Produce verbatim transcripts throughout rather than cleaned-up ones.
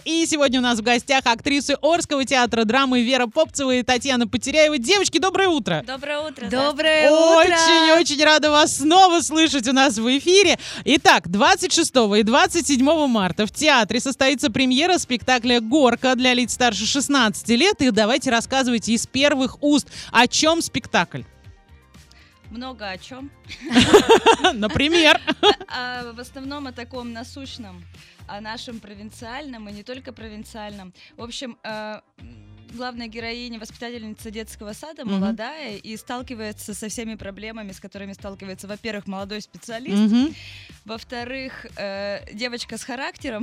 И сегодня у нас в гостях актрисы Орского театра драмы Вера Попцева и Татьяна Потеряева. Девочки, доброе утро! Доброе утро! Доброе утро! Очень-очень рада вас снова слышать у нас в эфире. Итак, двадцать шестого и двадцать седьмого марта в театре состоится премьера спектакля «Горка» для лиц старше шестнадцати лет. И давайте рассказывайте из первых уст, о чем спектакль. Много о чем. Например? А, а в основном о таком насущном, о нашем провинциальном и не только провинциальном. В общем, э, главная героиня, воспитательница детского сада, Мгм. молодая, и сталкивается со всеми проблемами, с которыми сталкивается, во-первых, молодой специалист, Мгм. во-вторых, э, девочка с характером,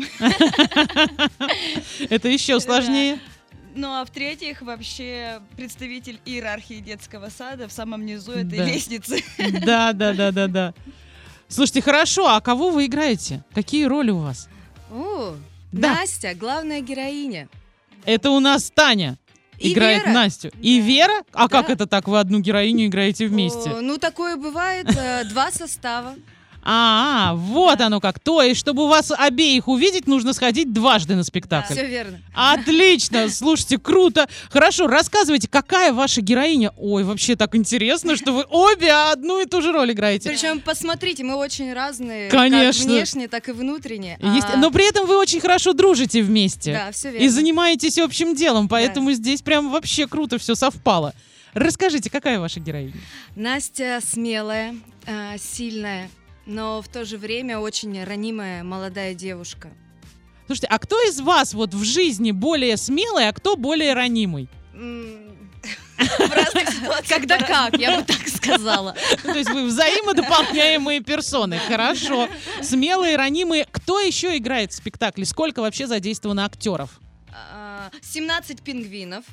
Это еще сложнее. ну а в-третьих, вообще представитель иерархии детского сада в самом низу этой Да. лестницы. Да, да, да, да, да. Слушайте, хорошо, а кого вы играете? Какие роли у вас? О, Да. Настя, главная героиня. Это у нас Таня И играет Вера. Настю. И Да. Вера? А как Да. это так? Вы одну героиню играете вместе? О, ну, такое бывает. э, Два состава. А, вот Да. оно как. То есть, чтобы вас обеих увидеть, нужно сходить дважды на спектакль. Все верно. Отлично, слушайте, круто. Хорошо, рассказывайте, какая ваша героиня? Ой, вообще так интересно, что вы обе одну и ту же роль играете. Причем, посмотрите, мы очень разные. Конечно. Как внешне, так и внутренне. Есть- А, Но при этом вы очень хорошо дружите вместе. Да, все верно. И занимаетесь общим делом, поэтому здесь прям вообще круто все совпало. Расскажите, какая ваша героиня? Настя смелая, э, сильная, но в то же время очень ранимая молодая девушка. Слушайте, а кто из вас вот в жизни более смелый, а кто более ранимый? М, В разных ситуациях Когда по-разному. как, я бы так сказала. Ну, то есть вы взаимодополняемые персоны. Хорошо. Смелые, ранимые. Кто еще играет в спектакле? Сколько вообще задействовано актеров? А, семнадцать пингвинов.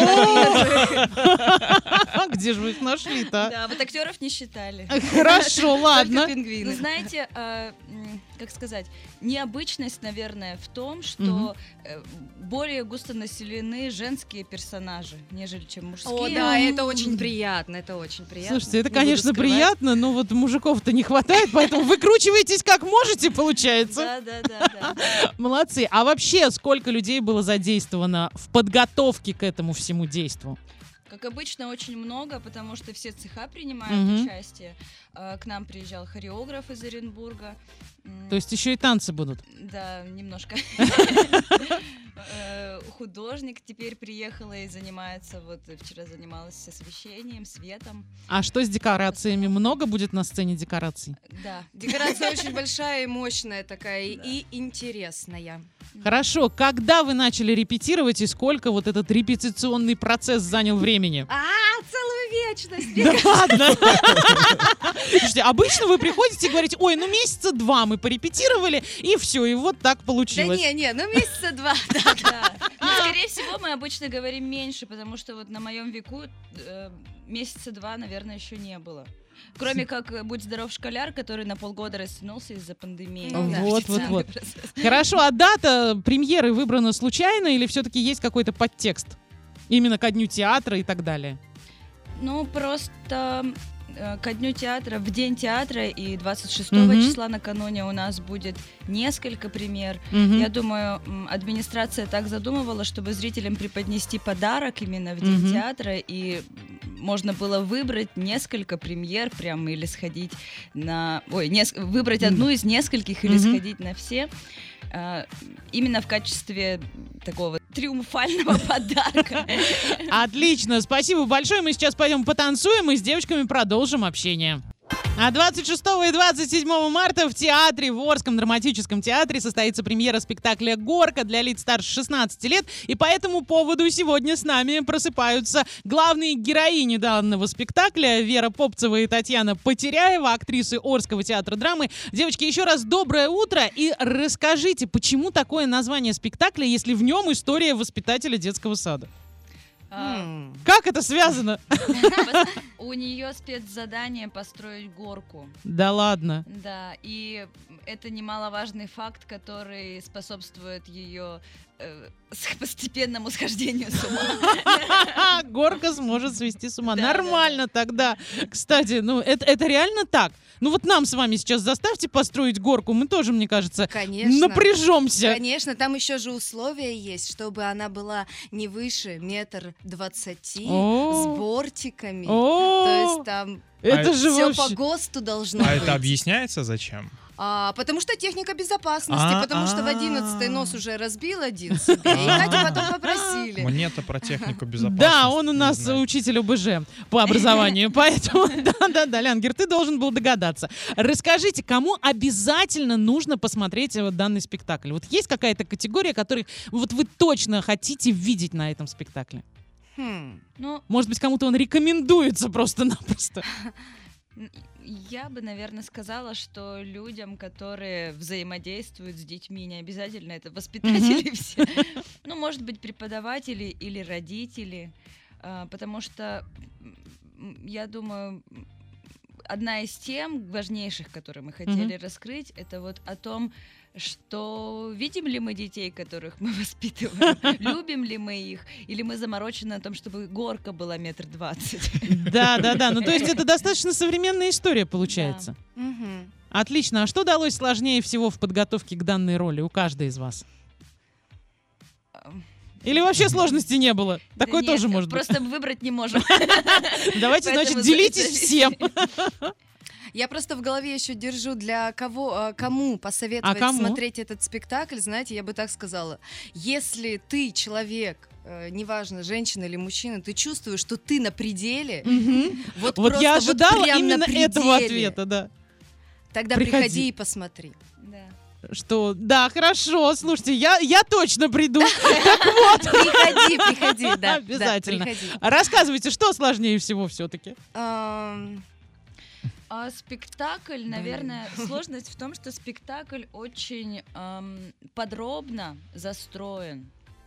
Где же вы их нашли-то? Да, вот актеров не считали. Хорошо, Только ладно. Ну, пингвины. знаете, а, м, как сказать, необычность, наверное, в том, что Мгм. э, более густонаселены женские персонажи, нежели чем мужские. О, да, это очень приятно, это очень приятно. Слушайте, это, Не буду конечно, скрывать. приятно, но вот мужиков-то не хватает, поэтому выкручиваетесь как можете, получается. Да, да, да, да, да. Молодцы. А вообще, сколько людей было задействовано в подготовке к этому всему действу? Как обычно, очень много, потому что все цеха принимают Мгм. участие. А, К нам приезжал хореограф из Оренбурга. М, То есть еще и танцы будут? Да, немножко. Э, Художник теперь приехала и занимается, вот вчера занималась с освещением, светом. А что с декорациями? Много будет на сцене декораций? Да. Декорация очень большая и мощная такая, Да. и интересная. Хорошо. Когда вы начали репетировать и сколько вот этот репетиционный процесс занял времени? А, целую вечность! Да ладно! Слушайте, обычно вы приходите и говорите, ой, ну месяца два мы порепетировали, и все, и вот так Да получилось. не, не, ну месяца два. Да. Ну, скорее всего, мы обычно говорим меньше, потому что вот на моем веку э, месяца два, наверное, еще не было. Кроме как э, «Будь здоров, школяр», который на полгода растянулся из-за пандемии. Ну да. Вот, вот, Официальный вот. процесс. Хорошо, а дата премьеры выбрана случайно или все-таки есть какой-то подтекст? Именно ко дню театра и так далее. Ну, просто э, ко дню театра, в день театра и двадцать шестого Мгм. числа накануне у нас будет несколько премьер. Мгм. Я думаю, м, администрация так задумывала, чтобы зрителям преподнести подарок именно в день Мгм. театра, и можно было выбрать несколько премьер прям или сходить на... Ой, нес- выбрать одну из нескольких или Мгм. сходить на все. А, именно в качестве такого триумфального подарка. Отлично, спасибо большое. Мы сейчас пойдем потанцуем и с девочками продолжим общение. А двадцать шестого и двадцать седьмого марта в театре, в Орском драматическом театре состоится премьера спектакля «Горка» для лиц старше шестнадцати лет. И по этому поводу сегодня с нами просыпаются главные героини данного спектакля Вера Попцева и Татьяна Потеряева, актрисы Орского театра драмы. Девочки, еще раз доброе утро и расскажите, почему такое название спектакля, если в нем история воспитателя детского сада? А, М. Как это связано? У нее спецзадание построить горку. Да ладно. Да, и это немаловажный факт, который способствует ее э, с- постепенному схождению с ума. Горка сможет свести с ума. Да, да, Нормально тогда. Кстати, ну это, это реально так. Ну вот нам с вами сейчас заставьте построить горку, мы тоже, мне кажется, Конечно. напряжемся. Конечно, там еще же условия есть, чтобы она была не выше метр двадцати, О. с бортиками. То О, есть там это А же все по вообще... ГОСТу должно А быть. это объясняется зачем? А, потому что техника безопасности, А, потому что в а. одиннадцатый нос уже разбил один себе, и Катю потом попросили. Мне-то про технику безопасности. Да, он у не нас знаю. учитель ОБЖ по образованию, поэтому да-да-да, Лянгер, ты должен был догадаться. Расскажите, кому обязательно нужно посмотреть вот данный спектакль? Вот есть какая-то категория, которую вот вы точно хотите видеть на этом спектакле? Хм. Ну, Может быть, кому-то он рекомендуется просто-напросто? н- я бы, наверное, сказала, что людям, которые взаимодействуют с детьми, не обязательно это воспитатели все, ну, может быть, преподаватели или родители, а, потому что, м, я думаю, м, одна из тем важнейших, которые мы хотели раскрыть, это вот о том, что видим ли мы детей, которых мы воспитываем, любим ли мы их, или мы заморочены на том, чтобы горка была метр двадцать. Да-да-да, ну то есть это достаточно современная история получается. Мгм. Отлично. А что далось сложнее всего в подготовке к данной роли у каждой из вас? Или вообще сложностей не было? Такое Да тоже нет, может быть. Просто выбрать не можем. Давайте, значит, поэтому делитесь зависит. всем. Я просто в голове еще держу, для кого, а, кому посоветовать А кому? смотреть этот спектакль, знаете, я бы так сказала. Если ты человек, э, неважно, женщина или мужчина, ты чувствуешь, что ты на пределе, Мгм. вот, Вот просто я вот ожидала прям на именно этого пределе, ответа, да. тогда Приходи. приходи и посмотри. Да. Что, да, хорошо, слушайте, я, я точно приду. Приходи, приходи, да, да, Обязательно. приходи. Рассказывайте, что сложнее всего все-таки? Ам, А спектакль, наверное, сложность в том, что спектакль очень ам, подробно застроен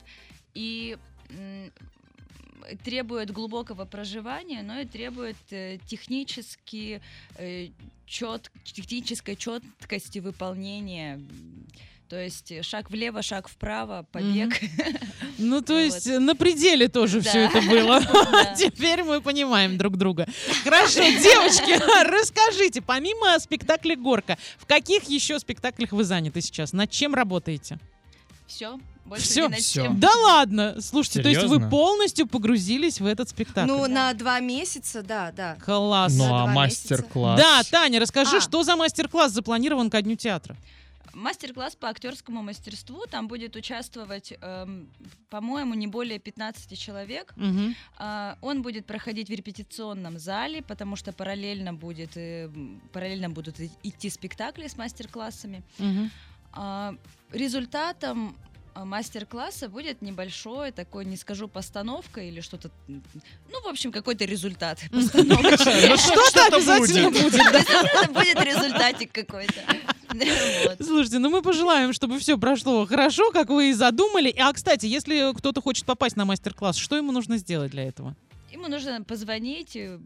и м, требует глубокого проживания, но и требует э, технически э, чет, технической четкости выполнения. То есть э, шаг влево, шаг вправо, побег. Ну, то Вот. есть э, на пределе тоже Да. все это было. Да. Теперь мы понимаем друг друга. Хорошо, девочки, расскажите, помимо спектакля «Горка», в каких еще спектаклях вы заняты сейчас? Над чем работаете? Все, больше Всё? не над Всё. чем. Да ладно! Слушайте, то есть вы Серьезно? полностью погрузились в этот спектакль? Ну, Да. на два месяца, да, да. Класс. Ну За а два мастер-класс? Да, Таня, расскажи, А. что за мастер-класс запланирован ко Дню театра? Мастер-класс по актерскому мастерству. Там будет участвовать, эм, по-моему, не более пятнадцати человек. Мгм. А, он будет проходить в репетиционном зале, потому что параллельно, будет, э, м, параллельно будут и- идти спектакли с мастер-классами. Мгм. А, результатом а, мастер-класса будет небольшой такой, не скажу, постановка или что-то, м, ну, в общем, какой-то результат постановочный. Ну, что-то обязательно будет. будет, да. Это будет результатик какой-то. Вот. Слушайте, ну мы пожелаем, чтобы все прошло хорошо, как вы и задумали. А, кстати, если кто-то хочет попасть на мастер-класс, что ему нужно сделать для этого? Ему нужно позвонить э,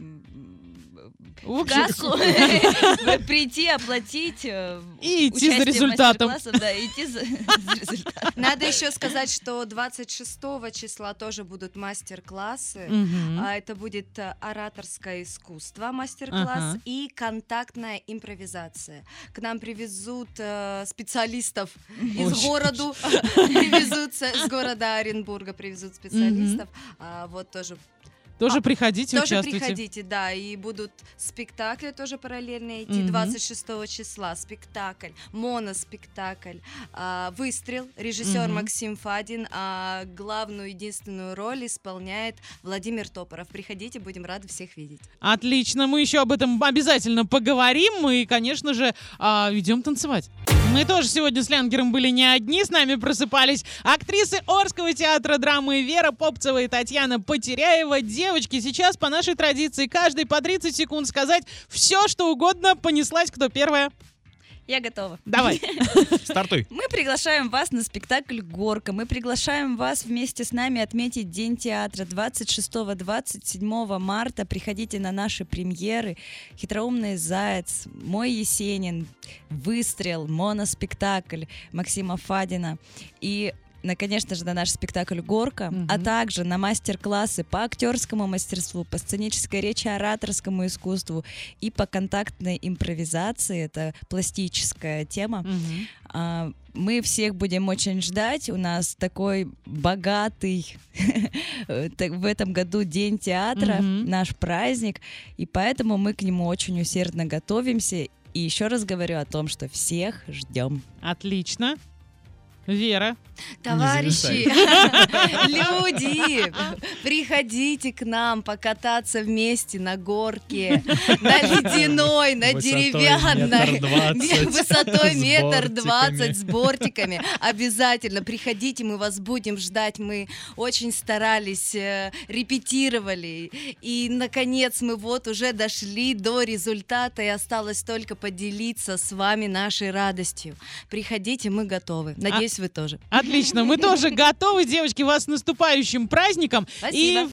В в общем, кассу, прийти, оплатить, э, И идти за участие в результатом. мастер-классах, да, идти за за результатом. Надо еще сказать, что двадцать шестого числа тоже будут мастер-классы. Мгм. А это будет э, ораторское искусство, мастер-класс, Ага. и контактная импровизация. К нам привезут э, специалистов из Очень города, привезут с с города Оренбурга, привезут специалистов. А, вот тоже Тоже А, приходите, тоже участвуйте. приходите, да, и будут спектакли тоже параллельно идти. Мгм. двадцать шестого числа спектакль, моноспектакль, а, «Выстрел», режиссер Мгм. Максим Фадин, а главную единственную роль исполняет Владимир Топоров. Приходите, будем рады всех видеть. Отлично, мы еще об этом обязательно поговорим и, конечно же, а, идем танцевать. Мы тоже сегодня с Лянгером были не одни, с нами просыпались актрисы Орского театра драмы Вера Попцева и Татьяна Потеряева. Девочки, сейчас по нашей традиции каждый по тридцать секунд сказать все, что угодно. Понеслась, кто первая? Я готова. Давай. Стартуй. Мы приглашаем вас на спектакль «Горка». Мы приглашаем вас вместе с нами отметить День театра двадцать шестого — двадцать седьмого марта. Приходите на наши премьеры. «Хитроумный заяц», «Мой Есенин», «Выстрел», моноспектакль Максима Фадина. И на, конечно же, на наш спектакль «Горка», Мгм. а также на мастер-классы по актерскому мастерству, по сценической речи, ораторскому искусству и по контактной импровизации. Это пластическая тема. Мгм. А, Мы всех будем очень ждать. У нас такой богатый так, в этом году День театра, Мгм. наш праздник, и поэтому мы к нему очень усердно готовимся. И еще раз говорю о том, что всех ждем. Отлично. Вера. Товарищи, люди, приходите к нам покататься вместе на горке, на ледяной, на Высотой деревянной, метр двадцать высотой с метр бортиками. двадцать с бортиками. Обязательно приходите, мы вас будем ждать. Мы очень старались, э, репетировали. И, наконец, мы вот уже дошли до результата, и осталось только поделиться с вами нашей радостью. Приходите, мы готовы. Надеюсь, вы тоже. Отлично, мы тоже готовы, девочки, вас с наступающим праздником. Спасибо. И